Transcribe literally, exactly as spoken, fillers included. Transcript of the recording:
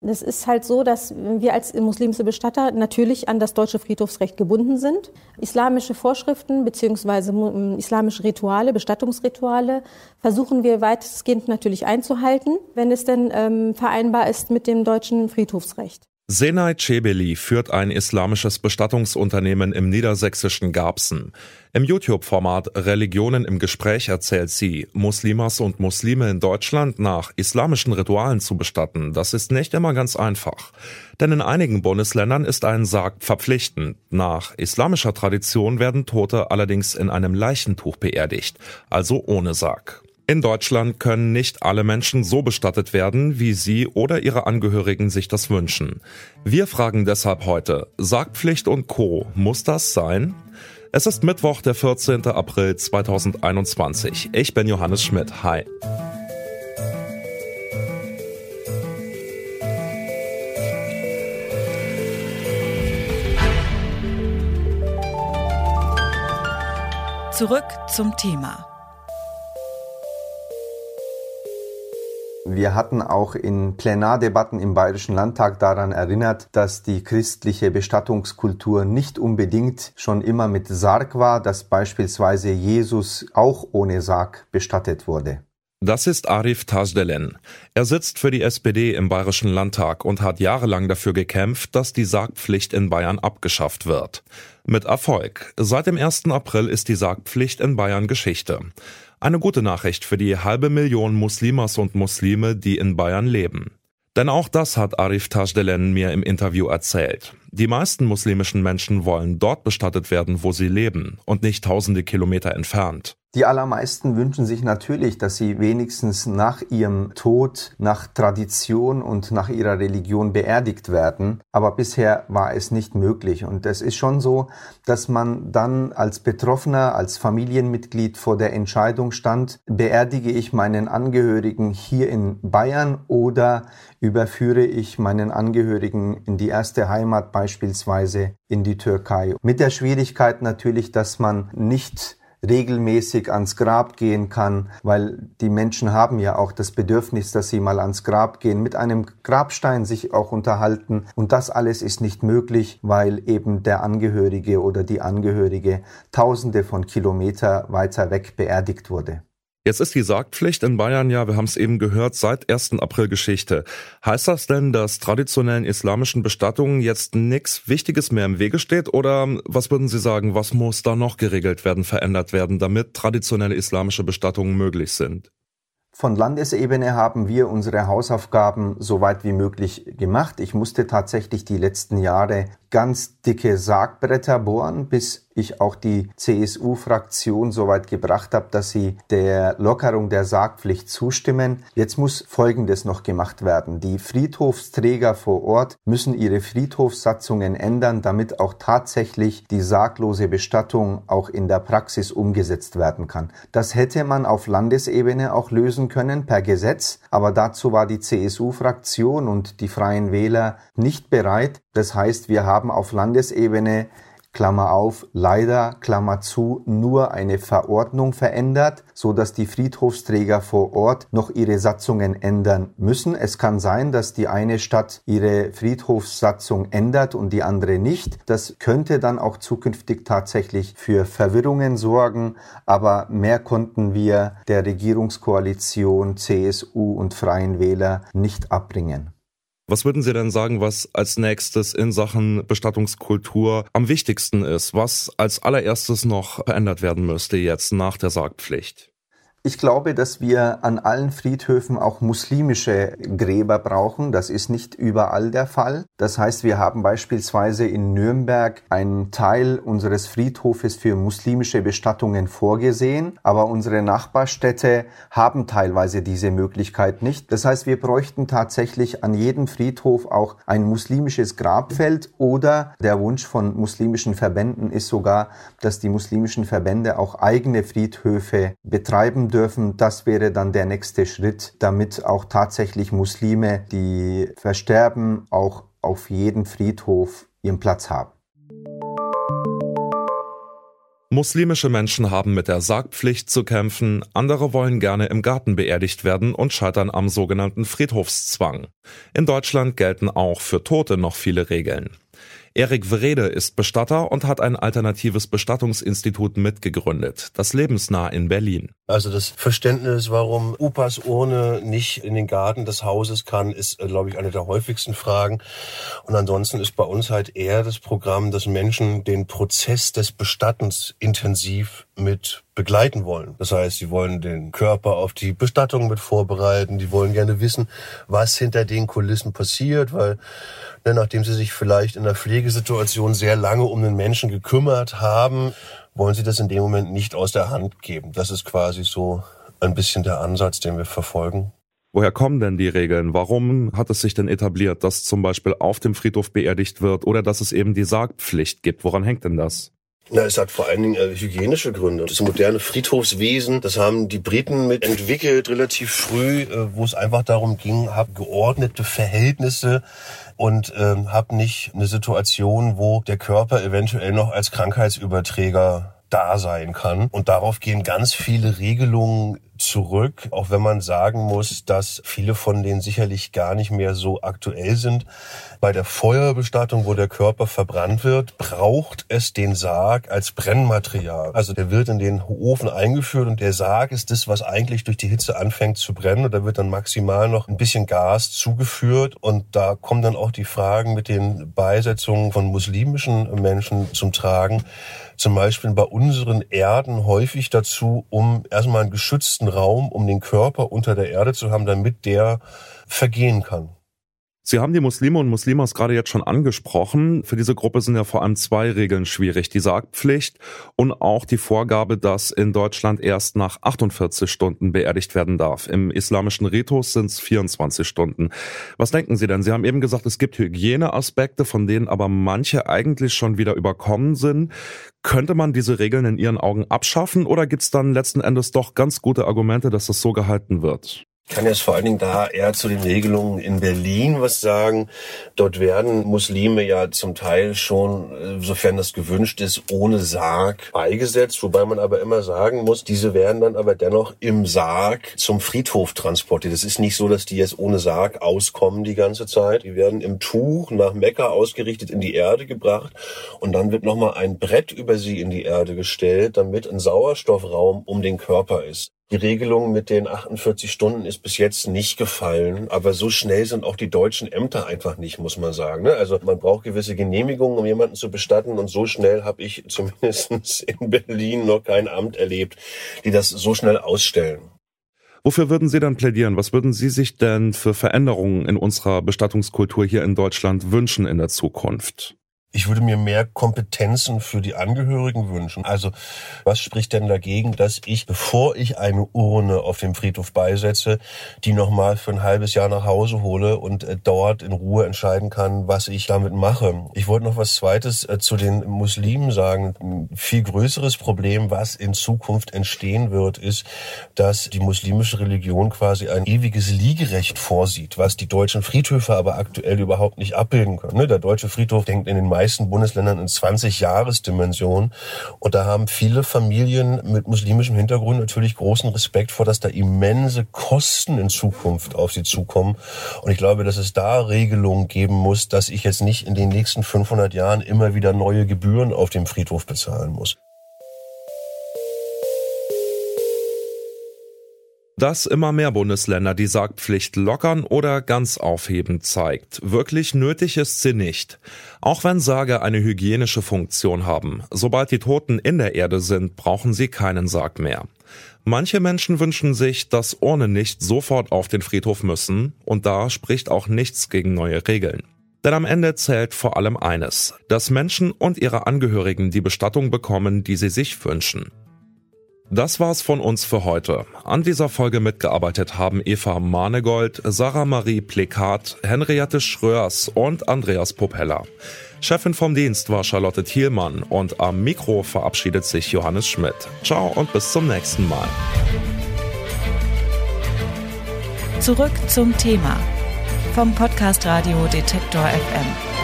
Es ist halt so, dass wir als muslimische Bestatter natürlich an das deutsche Friedhofsrecht gebunden sind. Islamische Vorschriften bzw. islamische Rituale, Bestattungsrituale versuchen wir weitestgehend natürlich einzuhalten, wenn es denn ähm, vereinbar ist mit dem deutschen Friedhofsrecht. Senay Cebeli führt ein islamisches Bestattungsunternehmen im niedersächsischen Garbsen. Im YouTube-Format Religionen im Gespräch erzählt sie, Muslimas und Muslime in Deutschland nach islamischen Ritualen zu bestatten, das ist nicht immer ganz einfach. Denn in einigen Bundesländern ist ein Sarg verpflichtend. Nach islamischer Tradition werden Tote allerdings in einem Leichentuch beerdigt, also ohne Sarg. In Deutschland können nicht alle Menschen so bestattet werden, wie sie oder ihre Angehörigen sich das wünschen. Wir fragen deshalb heute, Sargpflicht und Co., muss das sein? Es ist Mittwoch, der vierzehnten April zweitausendeinundzwanzig. Ich bin Johannes Schmidt. Hi. Zurück zum Thema. Wir hatten auch in Plenardebatten im Bayerischen Landtag daran erinnert, dass die christliche Bestattungskultur nicht unbedingt schon immer mit Sarg war, dass beispielsweise Jesus auch ohne Sarg bestattet wurde. Das ist Arif Tajdelen. Er sitzt für die S P D im Bayerischen Landtag und hat jahrelang dafür gekämpft, dass die Sargpflicht in Bayern abgeschafft wird. Mit Erfolg. Seit dem ersten April ist die Sargpflicht in Bayern Geschichte. Eine gute Nachricht für die halbe Million Muslimas und Muslime, die in Bayern leben. Denn auch das hat Arif Tajdelen mir im Interview erzählt. Die meisten muslimischen Menschen wollen dort bestattet werden, wo sie leben und nicht tausende Kilometer entfernt. Die allermeisten wünschen sich natürlich, dass sie wenigstens nach ihrem Tod, nach Tradition und nach ihrer Religion beerdigt werden. Aber bisher war es nicht möglich. Und es ist schon so, dass man dann als Betroffener, als Familienmitglied vor der Entscheidung stand, beerdige ich meinen Angehörigen hier in Bayern oder überführe ich meinen Angehörigen in die erste Heimat, beispielsweise in die Türkei. Mit der Schwierigkeit natürlich, dass man nicht regelmäßig ans Grab gehen kann, weil die Menschen haben ja auch das Bedürfnis, dass sie mal ans Grab gehen, mit einem Grabstein sich auch unterhalten. Und das alles ist nicht möglich, weil eben der Angehörige oder die Angehörige tausende von Kilometer weiter weg beerdigt wurde. Jetzt ist die Sargpflicht in Bayern ja, wir haben es eben gehört, seit ersten April Geschichte. Heißt das denn, dass traditionellen islamischen Bestattungen jetzt nichts Wichtiges mehr im Wege steht? Oder was würden Sie sagen, was muss da noch geregelt werden, verändert werden, damit traditionelle islamische Bestattungen möglich sind? Von Landesebene haben wir unsere Hausaufgaben so weit wie möglich gemacht. Ich musste tatsächlich die letzten Jahre ganz dicke Sargbretter bohren, bis ich auch die C S U-Fraktion so weit gebracht habe, dass sie der Lockerung der Sargpflicht zustimmen. Jetzt muss Folgendes noch gemacht werden. Die Friedhofsträger vor Ort müssen ihre Friedhofssatzungen ändern, damit auch tatsächlich die sarglose Bestattung auch in der Praxis umgesetzt werden kann. Das hätte man auf Landesebene auch lösen können per Gesetz, aber dazu war die C S U-Fraktion und die Freien Wähler nicht bereit. Das heißt, wir haben auf Landesebene, Klammer auf, leider, Klammer zu, nur eine Verordnung verändert, so dass die Friedhofsträger vor Ort noch ihre Satzungen ändern müssen. Es kann sein, dass die eine Stadt ihre Friedhofssatzung ändert und die andere nicht. Das könnte dann auch zukünftig tatsächlich für Verwirrungen sorgen, aber mehr konnten wir der Regierungskoalition C S U und Freien Wähler nicht abbringen. Was würden Sie denn sagen, was als nächstes in Sachen Bestattungskultur am wichtigsten ist? Was als allererstes noch verändert werden müsste jetzt nach der Sargpflicht? Ich glaube, dass wir an allen Friedhöfen auch muslimische Gräber brauchen. Das ist nicht überall der Fall. Das heißt, wir haben beispielsweise in Nürnberg einen Teil unseres Friedhofes für muslimische Bestattungen vorgesehen, aber unsere Nachbarstädte haben teilweise diese Möglichkeit nicht. Das heißt, wir bräuchten tatsächlich an jedem Friedhof auch ein muslimisches Grabfeld oder der Wunsch von muslimischen Verbänden ist sogar, dass die muslimischen Verbände auch eigene Friedhöfe betreiben dürfen. Dürfen. Das wäre dann der nächste Schritt, damit auch tatsächlich Muslime, die versterben, auch auf jedem Friedhof ihren Platz haben. Muslimische Menschen haben mit der Sargpflicht zu kämpfen, andere wollen gerne im Garten beerdigt werden und scheitern am sogenannten Friedhofszwang. In Deutschland gelten auch für Tote noch viele Regeln. Erik Wrede ist Bestatter und hat ein alternatives Bestattungsinstitut mitgegründet, das Lebensnah in Berlin. Also das Verständnis, warum Opas Urne nicht in den Garten des Hauses kann, ist, glaube ich, eine der häufigsten Fragen. Und ansonsten ist bei uns halt eher das Programm, dass Menschen den Prozess des Bestattens intensiv mit begleiten wollen. Das heißt, sie wollen den Körper auf die Bestattung mit vorbereiten, die wollen gerne wissen, was hinter den Kulissen passiert, weil ne, nachdem sie sich vielleicht in der Pflegesituation sehr lange um den Menschen gekümmert haben, wollen sie das in dem Moment nicht aus der Hand geben. Das ist quasi so ein bisschen der Ansatz, den wir verfolgen. Woher kommen denn die Regeln? Warum hat es sich denn etabliert, dass zum Beispiel auf dem Friedhof beerdigt wird oder dass es eben die Sargpflicht gibt? Woran hängt denn das? Na, es hat vor allen Dingen äh, hygienische Gründe. Das moderne Friedhofswesen, das haben die Briten mit entwickelt, relativ früh, äh, wo es einfach darum ging, hab geordnete Verhältnisse und äh, hab nicht eine Situation, wo der Körper eventuell noch als Krankheitsüberträger da sein kann. Und darauf gehen ganz viele Regelungen zurück, auch wenn man sagen muss, dass viele von denen sicherlich gar nicht mehr so aktuell sind. Bei der Feuerbestattung, wo der Körper verbrannt wird, braucht es den Sarg als Brennmaterial. Also der wird in den Ofen eingeführt und der Sarg ist das, was eigentlich durch die Hitze anfängt zu brennen. Und da wird dann maximal noch ein bisschen Gas zugeführt. Und da kommen dann auch die Fragen mit den Beisetzungen von muslimischen Menschen zum Tragen. Zum Beispiel bei unseren Erden häufig dazu, um erstmal einen geschützten Raum, um den Körper unter der Erde zu haben, damit der vergehen kann. Sie haben die Muslime und Muslimas gerade jetzt schon angesprochen. Für diese Gruppe sind ja vor allem zwei Regeln schwierig. Die Sargpflicht und auch die Vorgabe, dass in Deutschland erst nach achtundvierzig Stunden beerdigt werden darf. Im islamischen Ritus sind es vierundzwanzig Stunden. Was denken Sie denn? Sie haben eben gesagt, es gibt Hygieneaspekte, von denen aber manche eigentlich schon wieder überkommen sind. Könnte man diese Regeln in Ihren Augen abschaffen oder gibt es dann letzten Endes doch ganz gute Argumente, dass das so gehalten wird? Ich kann jetzt vor allen Dingen da eher zu den Regelungen in Berlin was sagen. Dort werden Muslime ja zum Teil schon, sofern das gewünscht ist, ohne Sarg beigesetzt. Wobei man aber immer sagen muss, diese werden dann aber dennoch im Sarg zum Friedhof transportiert. Es ist nicht so, dass die jetzt ohne Sarg auskommen die ganze Zeit. Die werden im Tuch nach Mekka ausgerichtet in die Erde gebracht und dann wird nochmal ein Brett über sie in die Erde gestellt, damit ein Sauerstoffraum um den Körper ist. Die Regelung mit den achtundvierzig Stunden ist bis jetzt nicht gefallen, aber so schnell sind auch die deutschen Ämter einfach nicht, muss man sagen. Also man braucht gewisse Genehmigungen, um jemanden zu bestatten und so schnell habe ich zumindest in Berlin noch kein Amt erlebt, die das so schnell ausstellen. Wofür würden Sie dann plädieren? Was würden Sie sich denn für Veränderungen in unserer Bestattungskultur hier in Deutschland wünschen in der Zukunft? Ich würde mir mehr Kompetenzen für die Angehörigen wünschen. Also was spricht denn dagegen, dass ich, bevor ich eine Urne auf dem Friedhof beisetze, die nochmal für ein halbes Jahr nach Hause hole und äh, dort in Ruhe entscheiden kann, was ich damit mache. Ich wollte noch was Zweites äh, zu den Muslimen sagen. Ein viel größeres Problem, was in Zukunft entstehen wird, ist, dass die muslimische Religion quasi ein ewiges Liegerecht vorsieht, was die deutschen Friedhöfe aber aktuell überhaupt nicht abbilden können. Der deutsche Friedhof denkt in den meisten Bundesländern in zwanzig-Jahres-Dimension. Und da haben viele Familien mit muslimischem Hintergrund natürlich großen Respekt vor, dass da immense Kosten in Zukunft auf sie zukommen. Und ich glaube, dass es da Regelungen geben muss, dass ich jetzt nicht in den nächsten fünfhundert Jahren immer wieder neue Gebühren auf dem Friedhof bezahlen muss. Dass immer mehr Bundesländer die Sargpflicht lockern oder ganz aufheben zeigt. Wirklich nötig ist sie nicht. Auch wenn Särge eine hygienische Funktion haben. Sobald die Toten in der Erde sind, brauchen sie keinen Sarg mehr. Manche Menschen wünschen sich, dass Urnen nicht sofort auf den Friedhof müssen. Und da spricht auch nichts gegen neue Regeln. Denn am Ende zählt vor allem eines: dass Menschen und ihre Angehörigen die Bestattung bekommen, die sie sich wünschen. Das war's von uns für heute. An dieser Folge mitgearbeitet haben Eva Manegold, Sarah Marie Plekat, Henriette Schröers und Andreas Popella. Chefin vom Dienst war Charlotte Thielmann und am Mikro verabschiedet sich Johannes Schmidt. Ciao und bis zum nächsten Mal. Zurück zum Thema vom Podcast Radio Detektor F M.